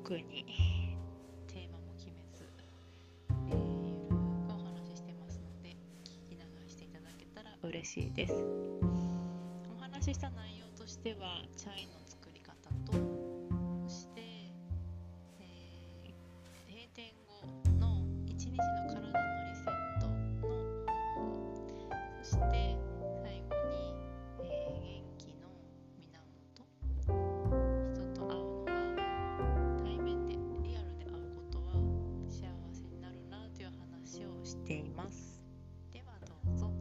特にテーマも決めず、ゆるくお話ししてますので、聞き流していただけたら嬉しいです。お話しした内容としては、チャイの作り方と、そして、閉店後の1日の体のリセットの方法、そして最後に、元気の源、人と会うのは対面でリアルで会うことは幸せになるなという話をしています。ではどうぞ。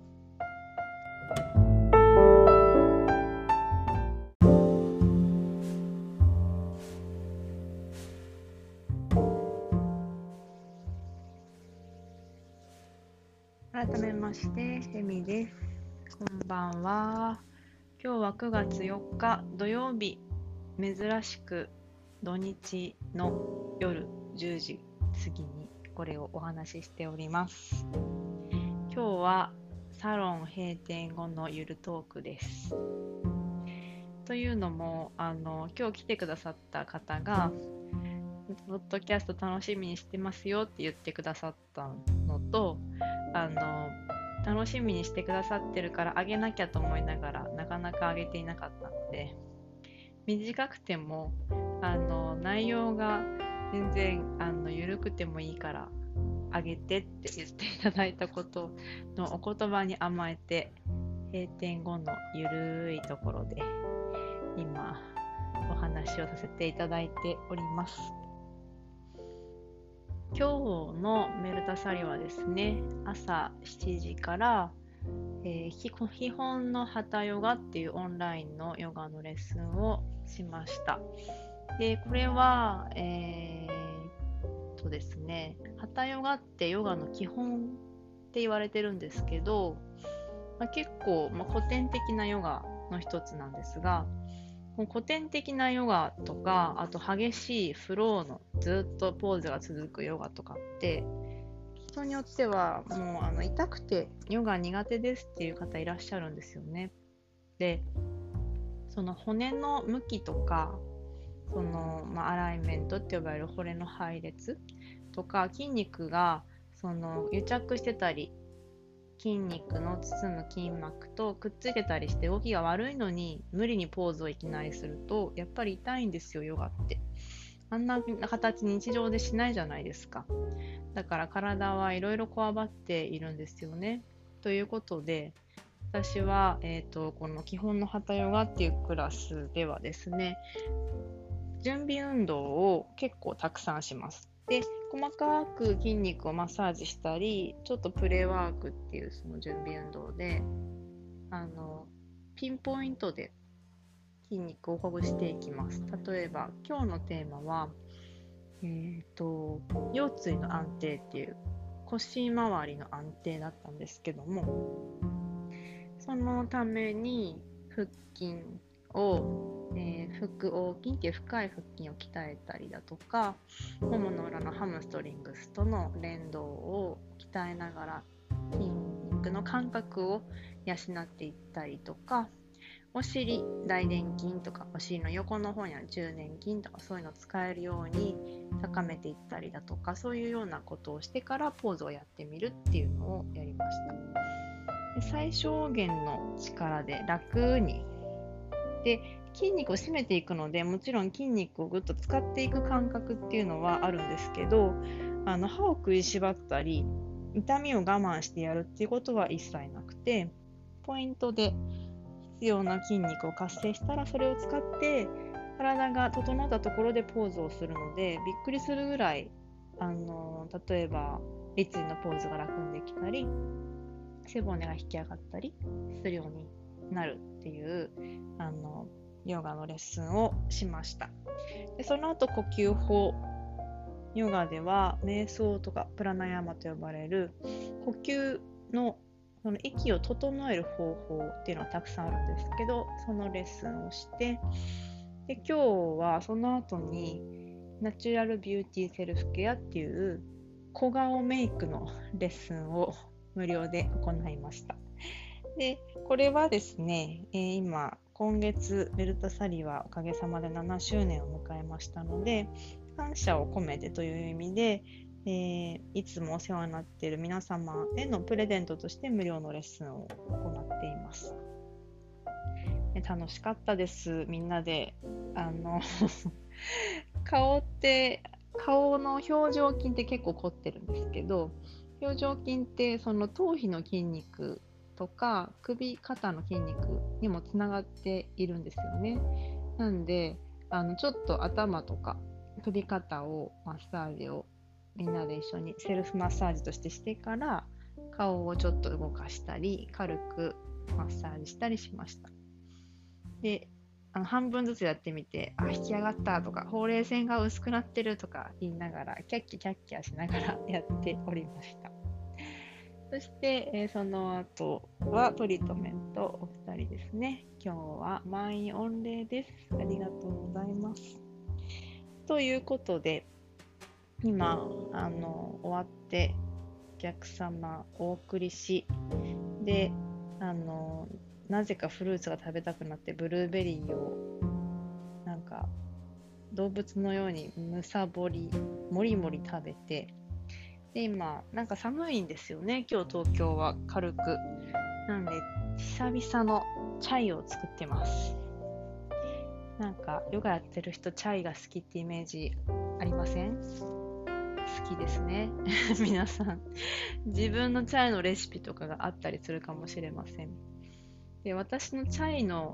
改めまして、エミです。こんばんは。今日は9月4日土曜日、珍しく土日の夜10時過ぎにこれをお話ししております。今日はサロン閉店後のゆるトークです。というのも、今日来てくださった方がポッドキャスト楽しみにしてますよって言ってくださったのと、楽しみにしてくださってるからあげなきゃと思いながらなかなかあげていなかったので、短くても内容が全然緩くてもいいからあげてって言っていただいたことのお言葉に甘えて、閉店後のゆるいところで今お話をさせていただいております。今日のメルタサリはですね、朝7時から、基本のハタヨガっていうオンラインのヨガのレッスンをしました。で、これは、ですね、ハタヨガってヨガの基本って言われてるんですけど、結構、古典的なヨガの一つなんですが、古典的なヨガとか、あと激しいフローのずっとポーズが続くヨガとかって人によってはもう痛くてヨガ苦手ですっていう方いらっしゃるんですよね。で、その骨の向きとかアライメントって呼ばれる骨の配列とか筋肉が癒着してたり、筋肉の包む筋膜とくっついてたりして動きが悪いのに無理にポーズをいきなりするとやっぱり痛いんですよ、ヨガって。あんな形日常でしないじゃないですか。だから体はいろいろこわばっているんですよね。ということで、私は、この基本のハタヨガっていうクラスではですね、準備運動を結構たくさんします。で、細かく筋肉をマッサージしたり、ちょっとプレーワークっていうその準備運動で、ピンポイントで筋肉をほぐしていきます。例えば、今日のテーマは、腰椎の安定っていう腰回りの安定だったんですけども、そのために腹筋を、腹横筋っていう深い腹筋を鍛えたりだとか、ももの裏のハムストリングスとの連動を鍛えながら筋肉の感覚を養っていったりとか、お尻大臀筋とかお尻の横の方には中臀筋とかそういうのを使えるように高めていったりだとか、そういうようなことをしてからポーズをやってみるっていうのをやりました。で、最小限の力で楽に、で筋肉を締めていくので、もちろん筋肉をぐっと使っていく感覚っていうのはあるんですけど、歯を食いしばったり痛みを我慢してやるっていうことは一切なくて、ポイントで必要な筋肉を活性したらそれを使って体が整ったところでポーズをするので、びっくりするぐらい例えば立位のポーズが楽にできたり、背骨が引き上がったりするようになるっていうヨガのレッスンをしました。で、その後呼吸法、ヨガでは瞑想とかプラナヤマと呼ばれる呼吸のその息を整える方法っていうのはたくさんあるんですけど、そのレッスンをして、で今日はその後にナチュラルビューティーセルフケアっていう小顔メイクのレッスンを無料で行いました。で、これはですね、今今月ベルタサリはおかげさまで7周年を迎えましたので、感謝を込めてという意味で、いつもお世話になっている皆様へのプレゼントとして無料のレッスンを行っています。楽しかったです。みんなで顔の表情筋って結構凝ってるんですけど、表情筋ってその頭皮の筋肉とか首肩の筋肉にもつながっているんですよね。なんでちょっと頭とか首肩をマッサージをみんなで一緒にセルフマッサージとしてしてから、顔をちょっと動かしたり軽くマッサージしたりしました。で半分ずつやってみて、引き上がったとか、ほうれい線が薄くなってるとか言いながら、キャッキャキャッキャしながらやっておりました。そして、その後はトリートメントお二人ですね。今日は満員御礼です。ありがとうございます。ということで、今終わってお客様お送りし、でなぜかフルーツが食べたくなってブルーベリーをなんか動物のようにむさぼりもりもり食べて、で今なんか寒いんですよね、今日東京は軽くなんで久々のチャイを作ってます。なんかヨガやってる人チャイが好きってイメージありません？好きですね皆さん自分のチャイのレシピとかがあったりするかもしれません。で、私のチャイの、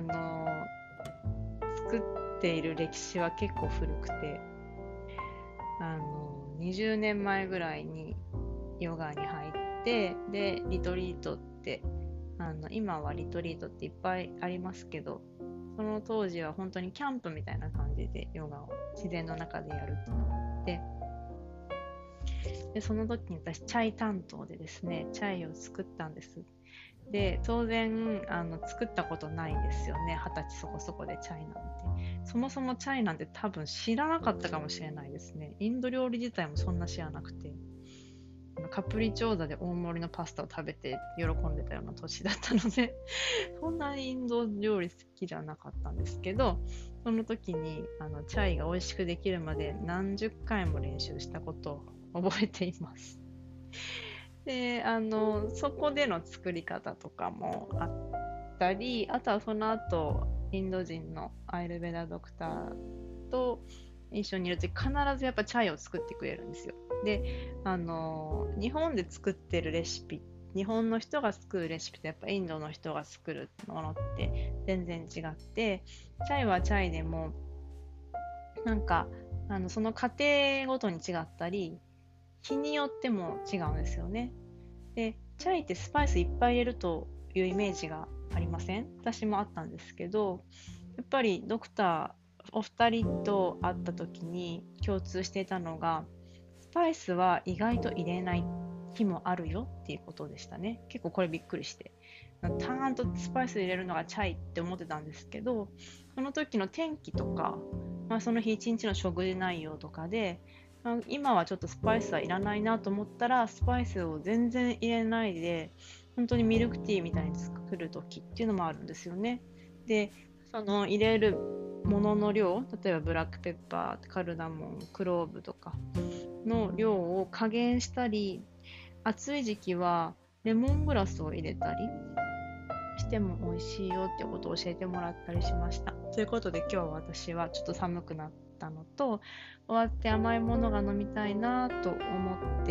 作っている歴史は結構古くて、20年前ぐらいにヨガに入って、で、リトリートって、今はリトリートっていっぱいありますけど、その当時は本当にキャンプみたいな感じでヨガを自然の中でやるっていうのがあって、で、その時に私、チャイ担当でですね、チャイを作ったんです。で、当然作ったことないんですよね。20歳そこそこでチャイなんて。そもそもチャイなんて多分知らなかったかもしれないですね。インド料理自体もそんな知らなくて。カプリチョーザで大盛りのパスタを食べて喜んでたような年だったのでそんなにインド料理好きじゃなかったんですけど、その時にチャイが美味しくできるまで何十回も練習したことを覚えています。で、そこでの作り方とかもあったり、あとはその後、インド人のアイルベダドクターと一緒にいるとき、必ずやっぱチャイを作ってくれるんですよ。で、日本で作ってるレシピ、日本の人が作るレシピとやっぱインドの人が作るものって全然違って、チャイはチャイでも、なんか、その家庭ごとに違ったり、日によっても違うんですよね。で、チャイってスパイスいっぱい入れるというイメージがありません？私もあったんですけど、やっぱりドクターお二人と会った時に共通していたのが、スパイスは意外と入れない日もあるよっていうことでしたね。結構これびっくりして。たーんとスパイス入れるのがチャイって思ってたんですけど、その時の天気とか、その日一日の食事内容とかで、今はちょっとスパイスはいらないなと思ったらスパイスを全然入れないで本当にミルクティーみたいに作る時っていうのもあるんですよね。で、その入れるものの量、例えばブラックペッパー、カルダモン、クローブとかの量を加減したり、暑い時期はレモングラスを入れたりしても美味しいよってことを教えてもらったりしました。ということで今日は私はちょっと寒くなったのと、終わって甘いものが飲みたいなと思って、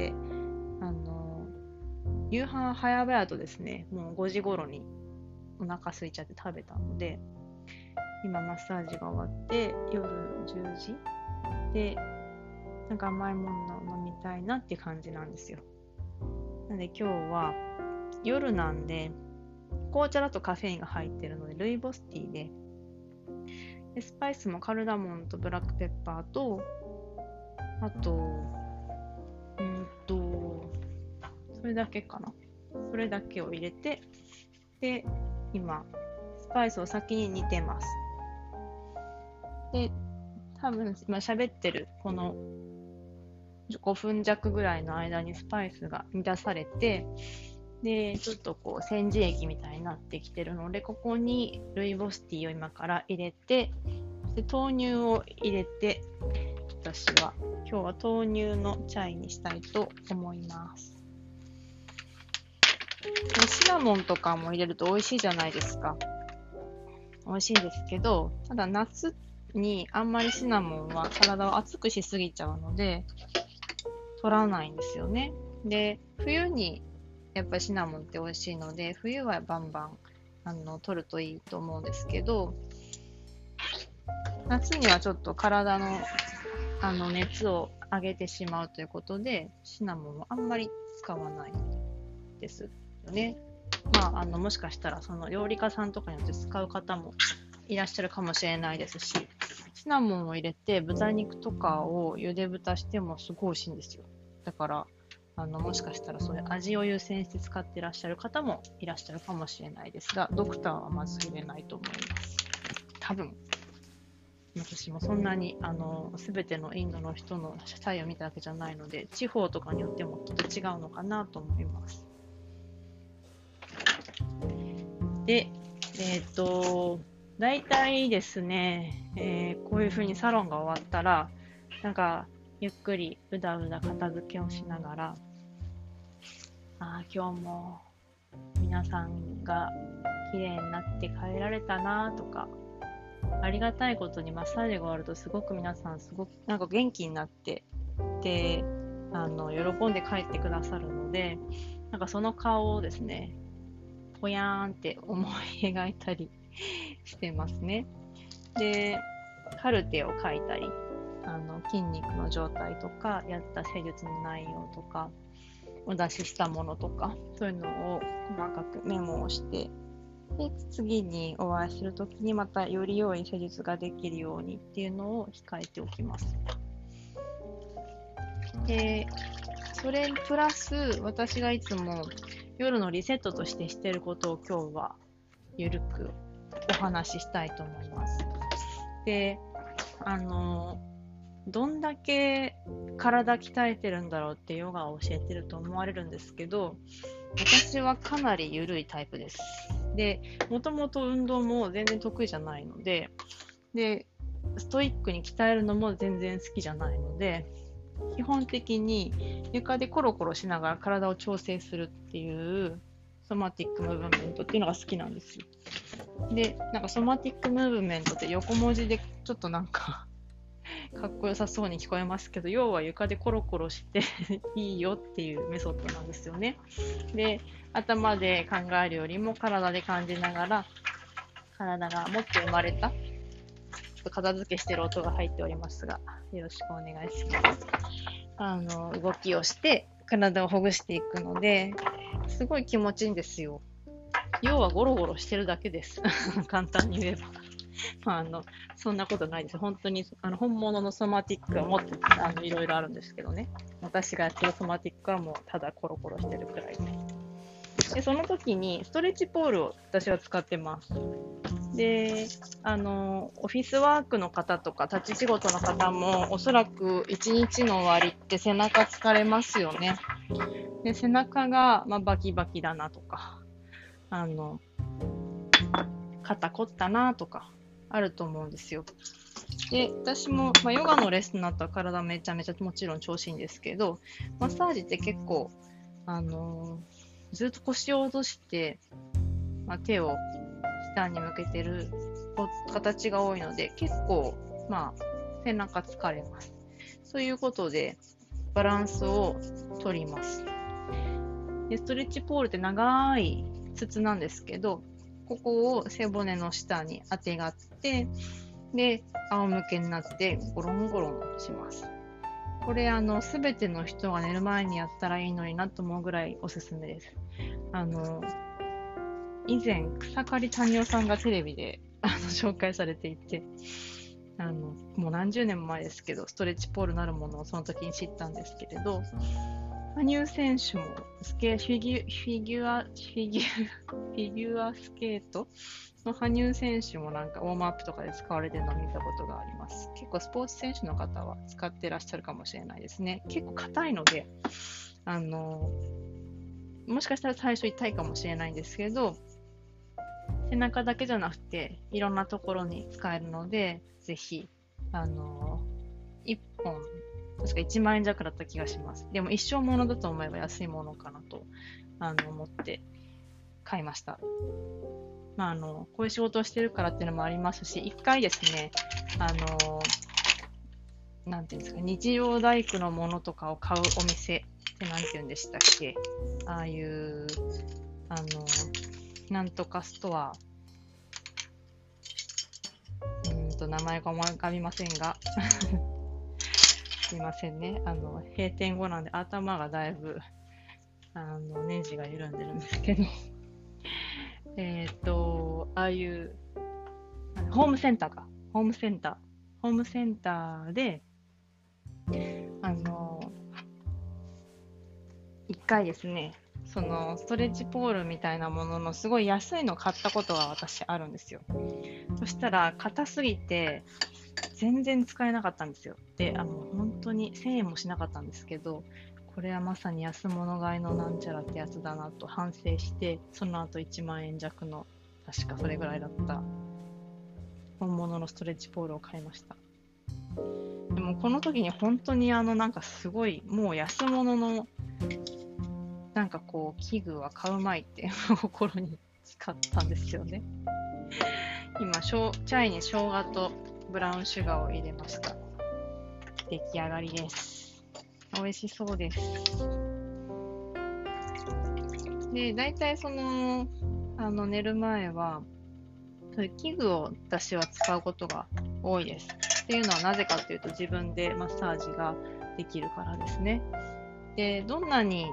夕飯早々とですね、もう5時頃にお腹空いちゃって食べたので、今マッサージが終わって夜10時で、なんか甘いもの飲みたいなっていう感じなんですよ。なので今日は夜なんで、紅茶だとカフェインが入ってるのでルイボスティーで、スパイスもカルダモンとブラックペッパーと、あとそれだけかな。それだけを入れて、で今スパイスを先に煮てます。で、多分今喋ってるこの5分弱ぐらいの間にスパイスが煮出されて、 で、ちょっとこう、煎じ液みたいになってきてるので、ここにルイボスティーを今から入れて、で豆乳を入れて、私は今日は豆乳のチャイにしたいと思います。でシナモンとかも入れると美味しいじゃないですか。美味しいですけど、ただ夏にあんまりシナモンは体を熱くしすぎちゃうので、取らないんですよね。で、冬にやっぱりシナモンって美味しいので、冬はバンバン取るといいと思うんですけど、夏にはちょっと体の熱を上げてしまうということで、シナモンはあんまり使わないですよね。まあ、もしかしたらその料理家さんとかによって使う方もいらっしゃるかもしれないですし、シナモンを入れて豚肉とかを茹で豚してもすごい美味しいんですよ。だからもしかしたらそういう味を優先して使っていらっしゃる方もいらっしゃるかもしれないですが、ドクターはまず入れないと思います。多分。私もそんなに全てのインドの人のタイを見たわけじゃないので、地方とかによってもきっと違うのかなと思います。で、大体ですね、こういう風にサロンが終わったら、なんかゆっくりうだうだ片付けをしながら、今日も皆さんが綺麗になって帰られたなとか、ありがたいことにマッサージが終わるとすごく皆さんすごくなんか元気になってで喜んで帰ってくださるので、なんかその顔をですねぽやーんって思い描いたりしてますね。でカルテを書いたり筋肉の状態とかやった施術の内容とかお出ししたものとかそういうのを細かくメモをしてで次にお会いするときにまたより良い施術ができるようにっていうのを控えておきます。で、それプラス私がいつも夜のリセットとしてしていることを今日はゆるくお話ししたいと思います。で、どんだけ体鍛えてるんだろうってヨガを教えてると思われるんですけど、私はかなり緩いタイプです。で、もともと運動も全然得意じゃないので、で、ストイックに鍛えるのも全然好きじゃないので、基本的に床でコロコロしながら体を調整するっていうソマティックムーブメントっていうのが好きなんですよ。で、なんかソマティックムーブメントって横文字でちょっとなんかかっこよさそうに聞こえますけど、要は床でコロコロしていいよっていうメソッドなんですよね。で、頭で考えるよりも体で感じながら、体が持って生まれた、ちょっと片付けしてる音が入っておりますが、よろしくお願いします。動きをして体をほぐしていくので、すごい気持ちいいんですよ。要はゴロゴロしてるだけです。簡単に言えば。そんなことないです。本当に本物のソマティックはもっといろいろあるんですけどね。私がやってるソマティックはもうただコロコロしてるくらいで、その時にストレッチポールを私は使ってます。で、オフィスワークの方とか立ち仕事の方もおそらく一日の終わりって背中疲れますよね。で、背中が、バキバキだなとか、肩凝ったなとかあると思うんですよ。で、私も、ヨガのレッスンの後は体めちゃめちゃもちろん調子いいんですけど、マッサージって結構、ずっと腰を落として、手を下に向けてる形が多いので、結構、背中疲れます。そういうことで、バランスを取ります。で、ストレッチポールって長い筒なんですけど、ここを背骨の下に当てがって、で、仰向けになってゴロンゴロンします。これ、すべての人が寝る前にやったらいいのになと思うぐらいおすすめです。以前、草刈谷夫さんがテレビで紹介されていて、もう何十年も前ですけど、ストレッチポールなるものをその時に知ったんですけれど、羽生選手もフィギュアスケートの羽生選手もなんかウォームアップとかで使われてるのを見たことがあります。結構スポーツ選手の方は使ってらっしゃるかもしれないですね。結構硬いので、 もしかしたら最初痛いかもしれないんですけど、背中だけじゃなくていろんなところに使えるので、ぜひ1本確か1万円弱だった気がします。でも一生ものだと思えば安いものかなと思って買いました。こういう仕事をしてるからっていうのもありますし、一回ですね、なんていうんですか、日曜大工のものとかを買うお店ってなんて言うんでしたっけ、ああいう、なんとかストア、名前が思い浮かびませんが、すいませんね。閉店後なんで頭がだいぶ、ネジが緩んでるんですけど、ああいう、ホームセンターか。ホームセンターで、一回ですね、そのストレッチポールみたいなもののすごい安いのを買ったことが私あるんですよ。そしたら硬すぎて全然使えなかったんですよ。で、本当に1000円もしなかったんですけど、これはまさに安物買いのなんちゃらってやつだなと反省して、その後1万円弱の、確かそれぐらいだった本物のストレッチポールを買いました。でもこの時に本当になんかすごいもう安物のなんかこう器具は買うまいって心に使ったんですよね。今チャイに生姜とブラウンシュガーを入れました。出来上がりです。美味しそうです。で、大体寝る前はそういう器具を私は使うことが多いです。っていうのはなぜかというと、自分でマッサージができるからですね。で、どんなに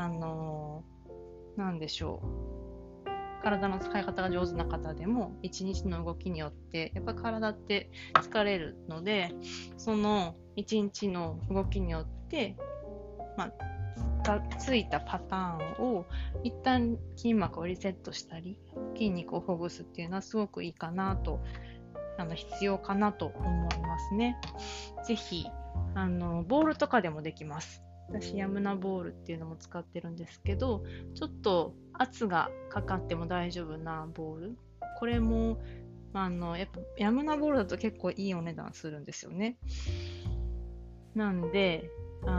なんでしょう、体の使い方が上手な方でも一日の動きによってやっぱ体って疲れるので、その一日の動きによって、ついたパターンを一旦筋膜をリセットしたり筋肉をほぐすっていうのはすごくいいかなと、必要かなと思いますね。ぜひボールとかでもできます。私ヤムナボールっていうのも使ってるんですけど、ちょっと圧がかかっても大丈夫なボール、これもやっぱヤムナボールだと結構いいお値段するんですよね。なんで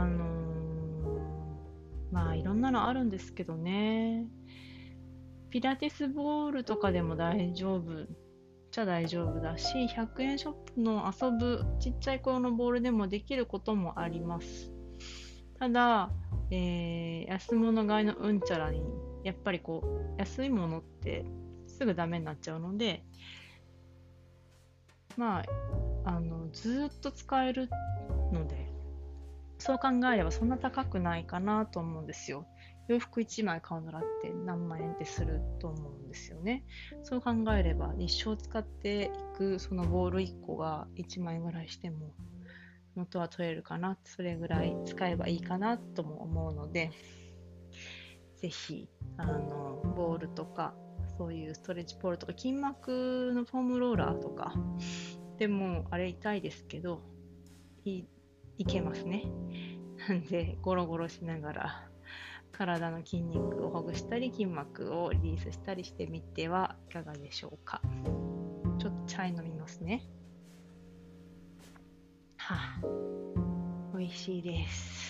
いろんなのあるんですけどね、ピラティスボールとかでも大丈夫じゃ大丈夫だし、100円ショップの遊ぶちっちゃい頃のボールでもできることもあります。ただ、安物買いのうんちゃらにやっぱりこう安いものってすぐダメになっちゃうので、ずーっと使えるので、そう考えればそんな高くないかなと思うんですよ。洋服1枚買うならって何万円ってすると思うんですよね。そう考えれば一生使っていくそのボール1個が1万円ぐらいしても元は取れるかな、それぐらい使えばいいかなとも思うので、ぜひボールとかそういうストレッチポールとか筋膜のフォームローラーとかでもあれ痛いですけどいけますね。なんでゴロゴロしながら体の筋肉をほぐしたり筋膜をリリースしたりしてみてはいかがでしょうか。ちょっとチャイ飲みますね。美味しいです。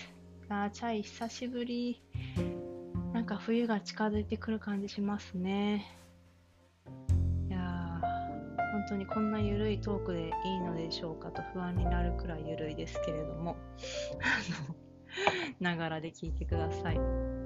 チャイ久しぶり。なんか冬が近づいてくる感じしますね。いやー、本当にこんなゆるいトークでいいのでしょうかと不安になるくらいゆるいですけれどもながらで聞いてください。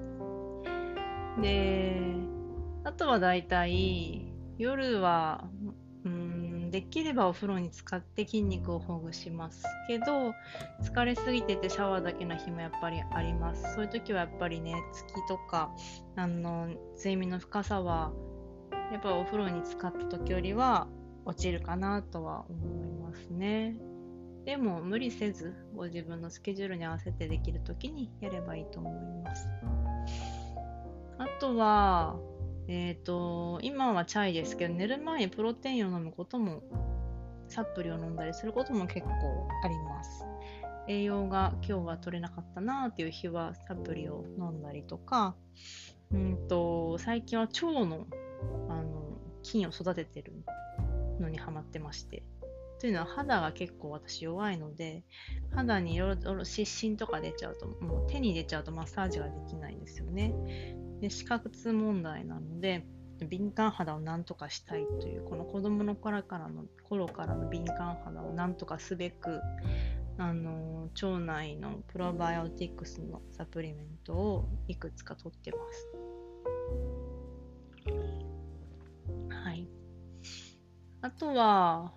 で、あとはだいたい夜はできればお風呂に浸かって筋肉をほぐしますけど、疲れすぎててシャワーだけの日もやっぱりあります。そういう時はやっぱりね、月とか睡眠の深さはやっぱお風呂に浸かった時よりは落ちるかなとは思いますね。でも無理せずご自分のスケジュールに合わせてできる時にやればいいと思います。あとは今はチャイですけど、寝る前にプロテインを飲むことも、サプリを飲んだりすることも結構あります。栄養が今日は取れなかったなっていう日はサプリを飲んだりとか、 最近は腸の、菌を育ててるのにハマってまして。というのは肌が結構私弱いので、肌にいろいろ湿疹とか出ちゃうと、もう手に出ちゃうとマッサージができないんですよね。で、視覚痛問題なので、敏感肌をなんとかしたいという、この子供の頃からの敏感肌をなんとかすべく、腸内のプロバイオティクスのサプリメントをいくつか取ってます。はい。あとは、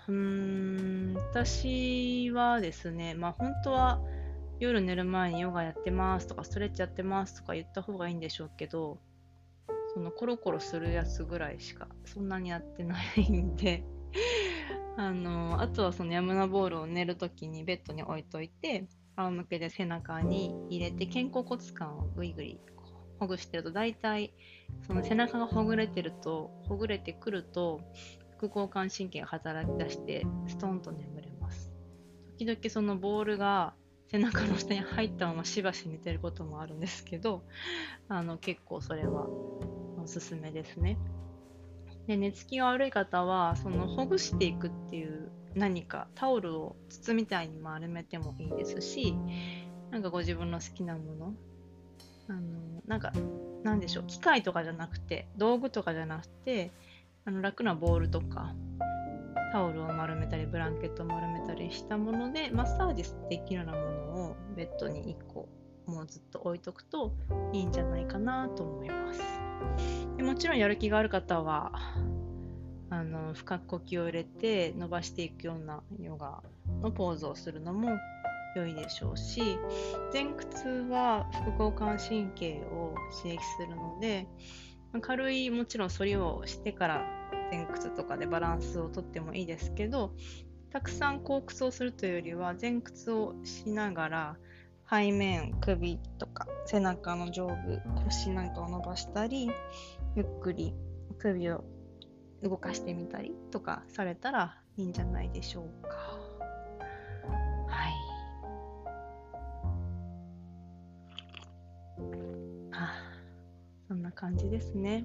私はですね、本当は夜寝る前にヨガやってますとか、ストレッチやってますとか言った方がいいんでしょうけど、そのコロコロするやつぐらいしかそんなにやってないんであとはそのヤムナボールを寝るときにベッドに置いといて、仰向けで背中に入れて肩甲骨間をぐいぐいほぐしてると、大体その背中がほぐれてくると、副交感神経が働き出してストンと眠れます。時々そのボールが背中の下に入ったまましばし寝てることもあるんですけど、結構それはおすすめですね。で、寝つきが悪い方はそのほぐしていくっていう何かタオルを筒みたいに丸めてもいいですし、なんかご自分の好きなもの、なんでしょう、機械とかじゃなくて、道具とかじゃなくて、楽なボールとかタオルを丸めたりブランケットを丸めたりしたものでマッサージできるようなものをベッドに1個もうずっと置いとくといいんじゃないかなと思います。でもちろんやる気がある方は深く呼吸を入れて伸ばしていくようなヨガのポーズをするのも良いでしょうし、前屈は副交感神経を刺激するので、軽いもちろん反りをしてから前屈とかでバランスをとってもいいですけど、たくさん後屈をするというよりは前屈をしながら背面、首とか背中の上部、腰なんかを伸ばしたり、ゆっくり首を動かしてみたりとかされたらいいんじゃないでしょうか。はい。そんな感じですね。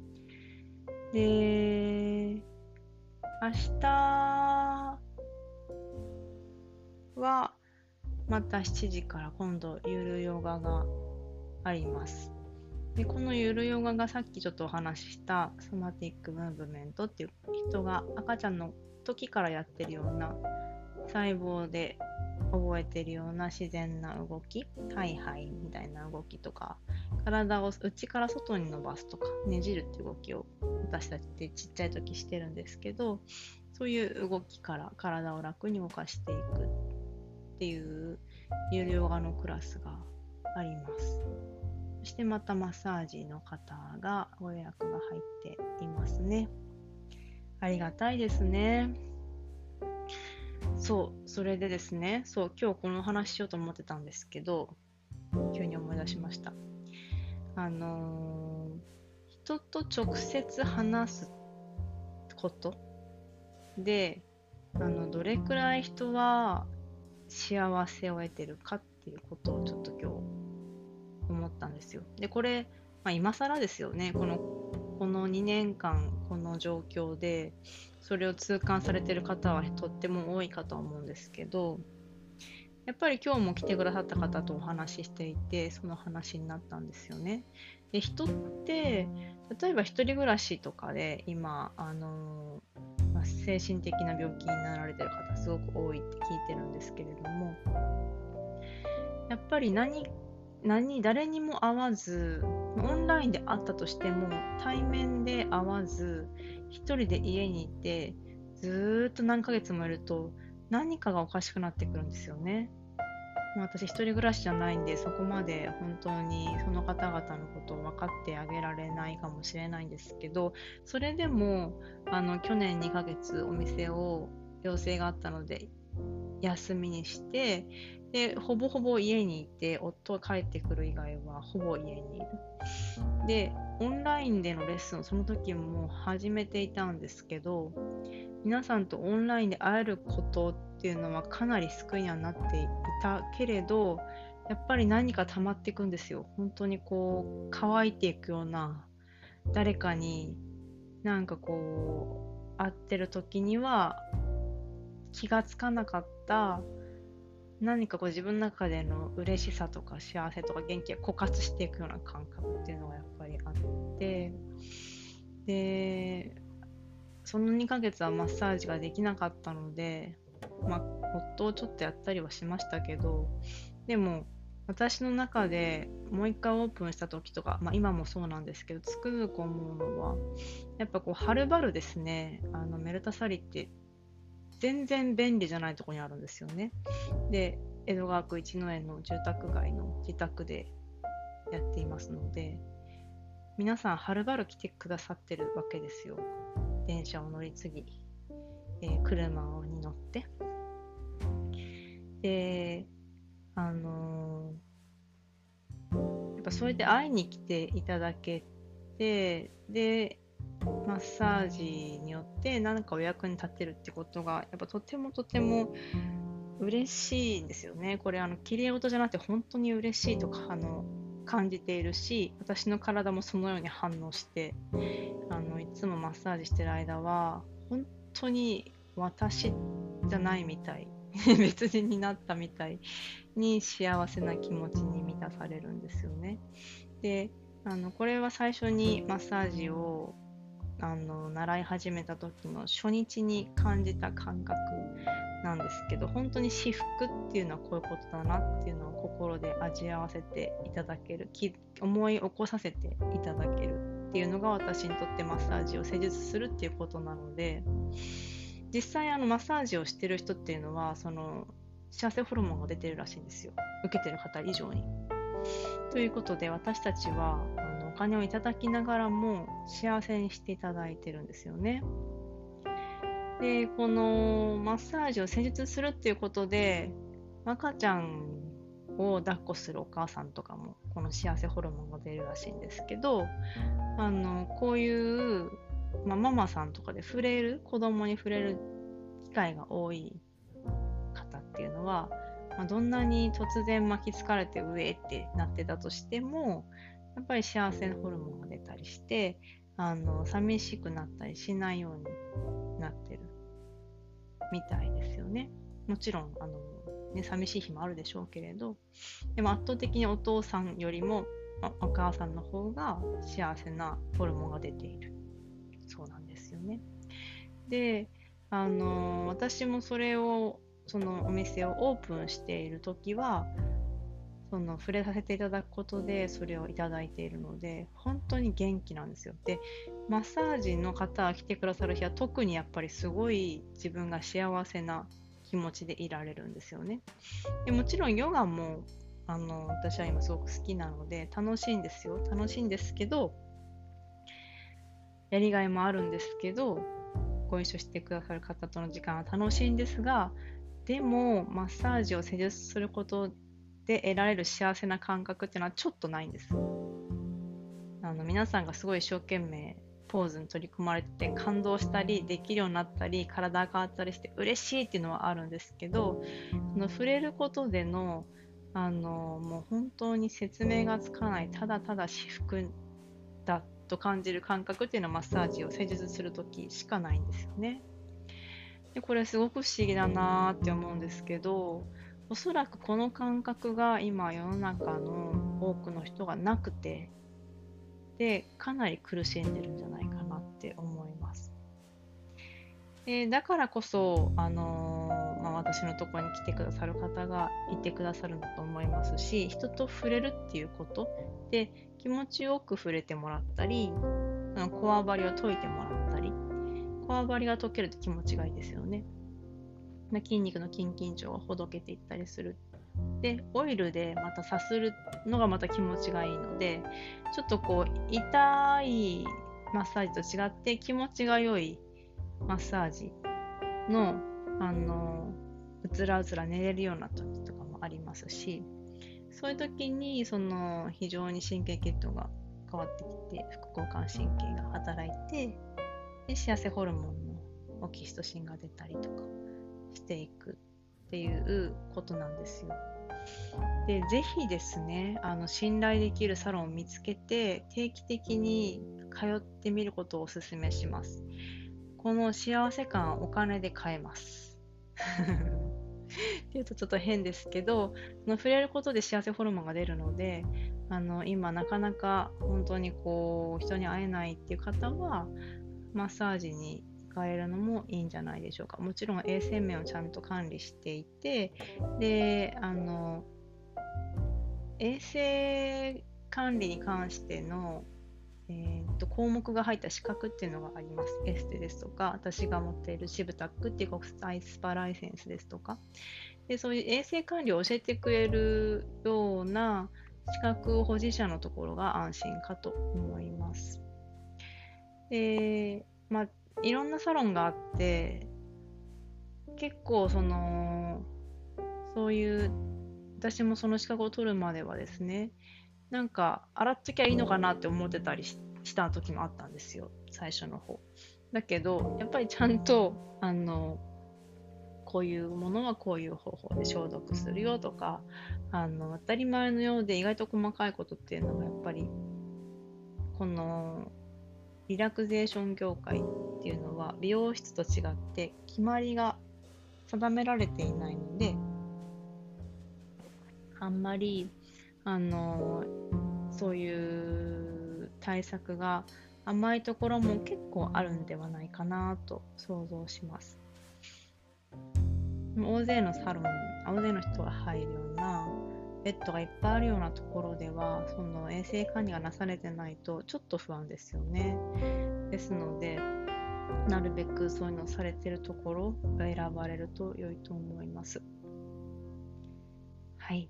で、明日はまた7時から今度ゆるヨガがあります。で、このゆるヨガがさっきちょっとお話ししたソマティックムーブメントっていう、人が赤ちゃんの時からやってるような細胞で覚えてるような自然な動き、ハイハイみたいな動きとか、体を内から外に伸ばすとかねじるっていう動きを私たちってちっちゃい時してるんですけど、そういう動きから体を楽に動かしていくっていうゆるヨガのクラスがあります。そしてまたマッサージの方がご予約が入っていますね。ありがたいですね。それでですね、今日この話しようと思ってたんですけど、急に思い出しました。人と直接話すことで、どれくらい人は幸せを得てるかっていうことをちょっと今日思ったんですよ。で、これ、今更ですよね。この2年間この状況でそれを痛感されてる方はとっても多いかと思うんですけど、やっぱり今日も来てくださった方とお話ししていて、その話になったんですよね。で、人って例えば一人暮らしとかで今精神的な病気になられてる方すごく多いって聞いてるんですけれども、やっぱり誰にも会わず、オンラインで会ったとしても対面で会わず一人で家にいてずーっと何ヶ月もいると何かがおかしくなってくるんですよね。私一人暮らしじゃないんでそこまで本当にその方々のことを分かってあげられないかもしれないんですけど、それでも去年2ヶ月お店を要請があったので休みにして、でほぼほぼ家にいて、夫が帰ってくる以外はほぼ家にいる。でオンラインでのレッスンをその時も始めていたんですけど、皆さんとオンラインで会えることっていうのはかなり救いにはなっていたけれど、 やっぱり何か溜まっていくんですよ。本当にこう乾いていくような、誰かになんかこう会ってる時には気がつかなかった何かこう自分の中での嬉しさとか幸せとか元気が枯渇していくような感覚っていうのがやっぱりあって、でその2ヶ月はマッサージができなかったので、夫をちょっとやったりはしましたけど、でも私の中でもう一回オープンした時とか、今もそうなんですけど、つくづく思うのは、やっぱこう、はるばるですね、メルタサリって全然便利じゃないところにあるんですよね。で、江戸川区一之江の住宅街の自宅でやっていますので、皆さんはるばる来てくださってるわけですよ。電車を乗り継ぎ、車に乗って。で、やっぱそれで会いに来ていただけて、で、マッサージによって何かお役に立てるってことが、やっぱとてもとても嬉しいんですよね。これ、綺麗事じゃなくて本当に嬉しいとか、感じているし、私の体もそのように反応して、いつもマッサージしてる間は、本当に私じゃないみたい、別人になったみたいに幸せな気持ちに満たされるんですよね。で、これは最初にマッサージを習い始めた時の初日に感じた感覚なんですけど、本当に至福っていうのはこういうことだなっていうのを心で味わわせていただける、思い起こさせていただけるっていうのが私にとってマッサージを施術するっていうことなので、実際マッサージをしてる人っていうのはその幸せホルモンが出てるらしいんですよ、受けてる方以上に。ということで、私たちはお金をいただきながらも幸せにしていただいてるんですよね。で、このマッサージを施術するっていうことで、赤ちゃんを抱っこするお母さんとかもこの幸せホルモンが出るらしいんですけど、こういう、ママさんとかで子供に触れる機会が多い方っていうのは、どんなに突然巻きつかれて上ってなってたとしても、やっぱり幸せホルモンが出たりして、寂しくなったりしないようになってるみたいですよね。もちろん寂しい日もあるでしょうけれど、でも圧倒的にお父さんよりもお母さんの方が幸せなホルモンが出ているそうなんですよね。で、私もそのお店をオープンしている時は触れさせていただくことでそれをいただいているので、本当に元気なんですよ。で、マッサージの方が来てくださる日は特にやっぱりすごい自分が幸せな気持ちでいられるんですよね。でもちろんヨガも私は今すごく好きなので楽しいんですよ。楽しいんですけど、やりがいもあるんですけど、ご一緒してくださる方との時間は楽しいんですが、でもマッサージを施術することで得られる幸せな感覚っていうのはちょっとないんです。皆さんがすごい一生懸命ポーズに取り組まれて感動したりできるようになったり体が変わったりして嬉しいっていうのはあるんですけど、その触れることでのもう本当に説明がつかない、ただただ至福だと感じる感覚っていうのはマッサージを施術するときしかないんですよね。で、これすごく不思議だなーって思うんですけど、おそらくこの感覚が今世の中の多くの人がなくて、で、かなり苦しんでるんじゃないかなって思います。で、だからこそ、私のところに来てくださる方がいてくださるんだと思いますし、人と触れるっていうことで気持ちよく触れてもらったり、こわばりを解いてもらったり、こわばりが解けると気持ちがいいですよね。筋肉の筋緊張がほどけていったりする。で、オイルでまたさするのがまた気持ちがいいので、ちょっとこう痛いマッサージと違って気持ちが良いマッサージのうつらうつら寝れるような時とかもありますし、そういう時に非常に神経系統が変わってきて副交感神経が働いて、で幸せホルモンのオキシトシンが出たりとかしていくっていうことなんですよ。 で、ぜひですね、信頼できるサロンを見つけて、定期的に通ってみることをお勧めします。この幸せ感はお金で買えます。っていうとちょっと変ですけど、触れることで幸せホルモンが出るので、今なかなか本当に人に会えないっていう方は、マッサージに行かれるのもいいんじゃないでしょうか。もちろん衛生面をちゃんと管理していて、で、衛生管理に関しての、項目が入った資格っていうのがあります。エステですとか、私が持っているシブタックっていう国際スパライセンスですとか、でそういう衛生管理を教えてくれるような資格保持者のところが安心かと思います。で、いろんなサロンがあって、結構そういう、私もその資格を取るまではですね、なんか洗っときゃいいのかなって思ってたりした時もあったんですよ、最初の方。だけど、やっぱりちゃんと、こういうものはこういう方法で消毒するよとか、当たり前のようで意外と細かいことっていうのがやっぱり、このリラクゼーション業界っていうのは美容室と違って決まりが定められていないので、あんまりそういう対策が甘いところも結構あるんではないかなと想像します。大勢のサロンに大勢の人が入るようなベッドがいっぱいあるようなところでは、その衛生管理がなされてないとちょっと不安ですよね。ですので、なるべくそういうのをされているところが選ばれると良いと思います。はい。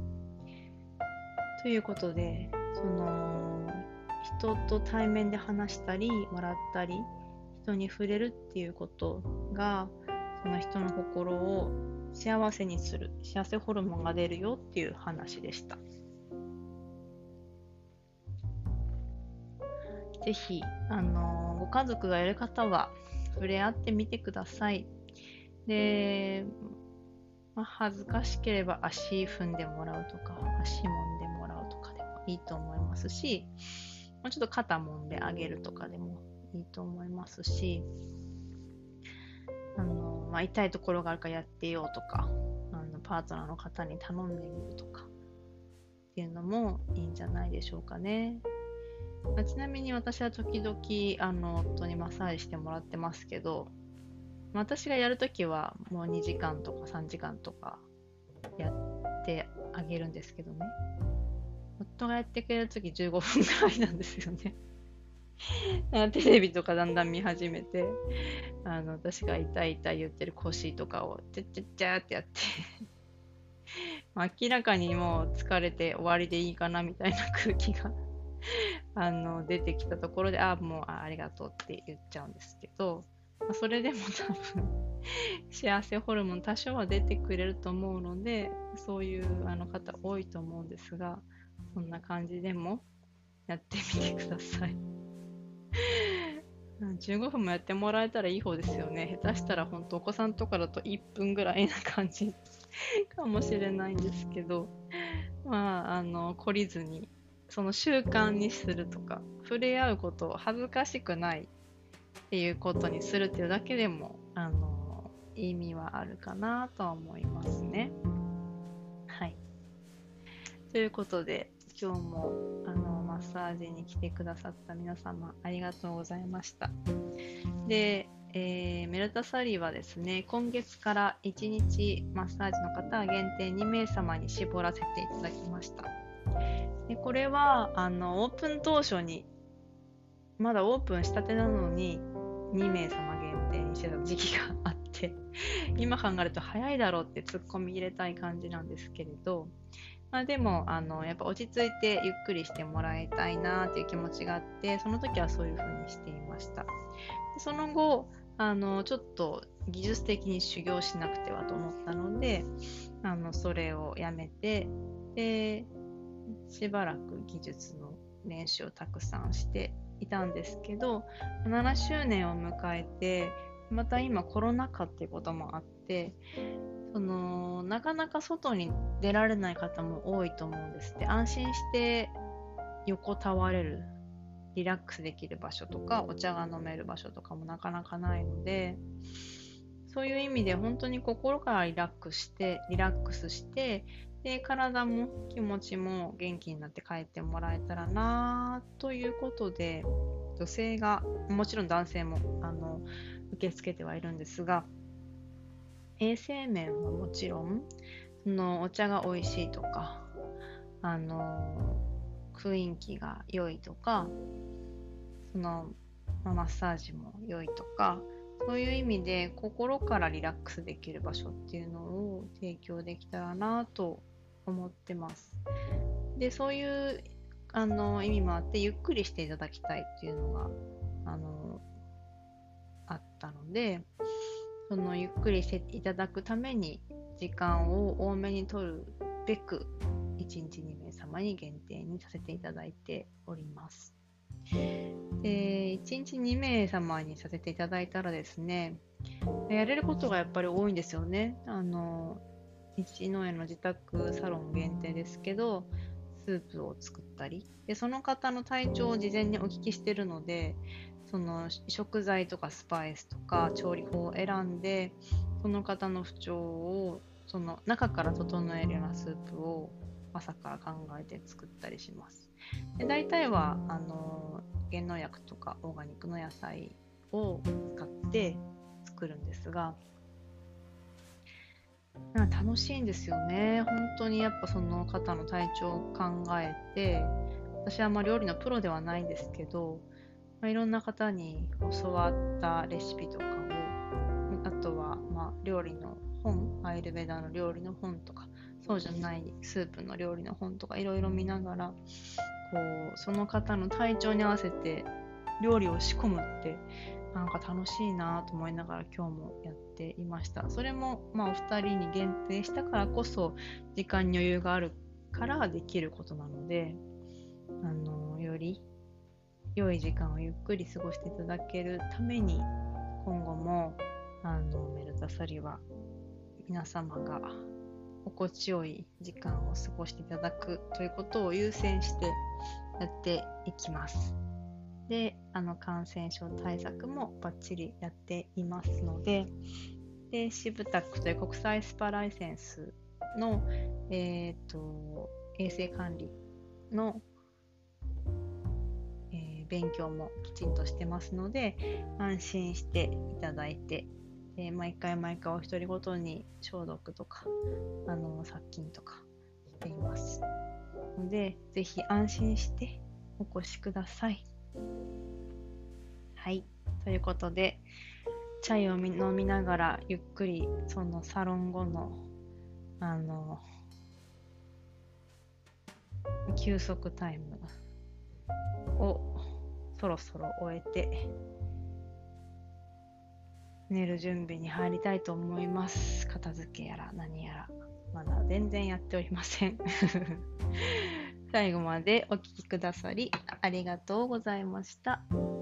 ということで、人と対面で話したり笑ったり人に触れるっていうことがその人の心を幸せにする、幸せホルモンが出るよっていう話でした。ぜひご家族がいる方は触れ合ってみてください。で、恥ずかしければ足踏んでもらうとか足揉んでもらうとかでもいいと思いますし、もうちょっと肩揉んであげるとかでもいいと思いますし、痛いところがあるからやってよとか、パートナーの方に頼んでみるとかっていうのもいいんじゃないでしょうかね。ちなみに私は時々夫にマッサージしてもらってますけど、私がやるときはもう2時間とか3時間とかやってあげるんですけどね、夫がやってくれるとき15分くらいなんですよね。テレビとかだんだん見始めて、私が痛い痛い言ってる腰とかをチャッチャッチャーってやって明らかにもう疲れて終わりでいいかなみたいな空気が出てきたところで、もうありがとうって言っちゃうんですけど、それでも多分幸せホルモン多少は出てくれると思うので、そういう方多いと思うんですが、そんな感じでもやってみてください。15分もやってもらえたらいい方ですよね。下手したら本当お子さんとかだと1分ぐらいな感じかもしれないんですけど、懲りずにその習慣にするとか、触れ合うことを恥ずかしくないっていうことにするっていうだけでも意味はあるかなとは思いますね。はい。ということで、今日もマッサージに来てくださった皆様ありがとうございました。で、メルタサリーはですね、今月から1日マッサージの方は限定2名様に絞らせていただきました。でこれはオープン当初にまだオープンしたてなのに2名様限定にしてた時期があって今考えると早いだろうってツッコミ入れたい感じなんですけれど、でもやっぱ落ち着いてゆっくりしてもらいたいなっていう気持ちがあって、その時はそういう風にしていました。でその後ちょっと技術的に修行しなくてはと思ったのでそれをやめて、でしばらく技術の練習をたくさんしていたんですけど、7周年を迎えてまた今コロナ禍っていうこともあって、 なかなか外に出られない方も多いと思うんですって。安心して横たわれる、リラックスできる場所とか、お茶が飲める場所とかもなかなかないので、そういう意味で本当に心からリラックスして、で、体も気持ちも元気になって帰ってもらえたらなということで、女性が、もちろん男性も受け付けてはいるんですが、衛生面はもちろん、お茶が美味しいとか、雰囲気が良いとか、マッサージも良いとか、そういう意味で心からリラックスできる場所っていうのを提供できたらなと思ってます。で、そういう意味もあって、ゆっくりしていただきたいっていうのがあったので、ゆっくりしていただくために時間を多めに取るべく1日2名様に限定にさせていただいております。で、1日2名様にさせていただいたらですね、やれることがやっぱり多いんですよね。一之江の自宅サロン限定ですけど、スープを作ったり、でその方の体調を事前にお聞きしてるので、その食材とかスパイスとか調理法を選んで、その方の不調をその中から整えるようなスープを朝から考えて作ったりします。で大体は減農薬とかオーガニックの野菜を使って作るんですが、楽しいんですよね。本当にやっぱその方の体調を考えて、私は料理のプロではないんですけど、いろんな方に教わったレシピとかを、あとは料理の本、アイルベダの料理の本とか、そうじゃないスープの料理の本とかいろいろ見ながら、その方の体調に合わせて料理を仕込むってなんか楽しいなと思いながら今日もやっていました。それもお二人に限定したからこそ時間に余裕があるからできることなので、より良い時間をゆっくり過ごしていただけるために、今後もメルタサリは皆様が心地よい時間を過ごしていただくということを優先してやっていきます。で、感染症対策もバッチリやっていますので、で、シブタックという国際スパライセンスの、衛生管理の、勉強もきちんとしてますので、安心していただいて、毎回お一人ごとに消毒とか殺菌とかしていますので、ぜひ安心してお越しください。はい、ということで、チャイを飲みながらゆっくりそのサロン後の休息タイムをそろそろ終えて寝る準備に入りたいと思います。片付けやら何やらまだ全然やっておりません。最後までお聞きくださりありがとうございました。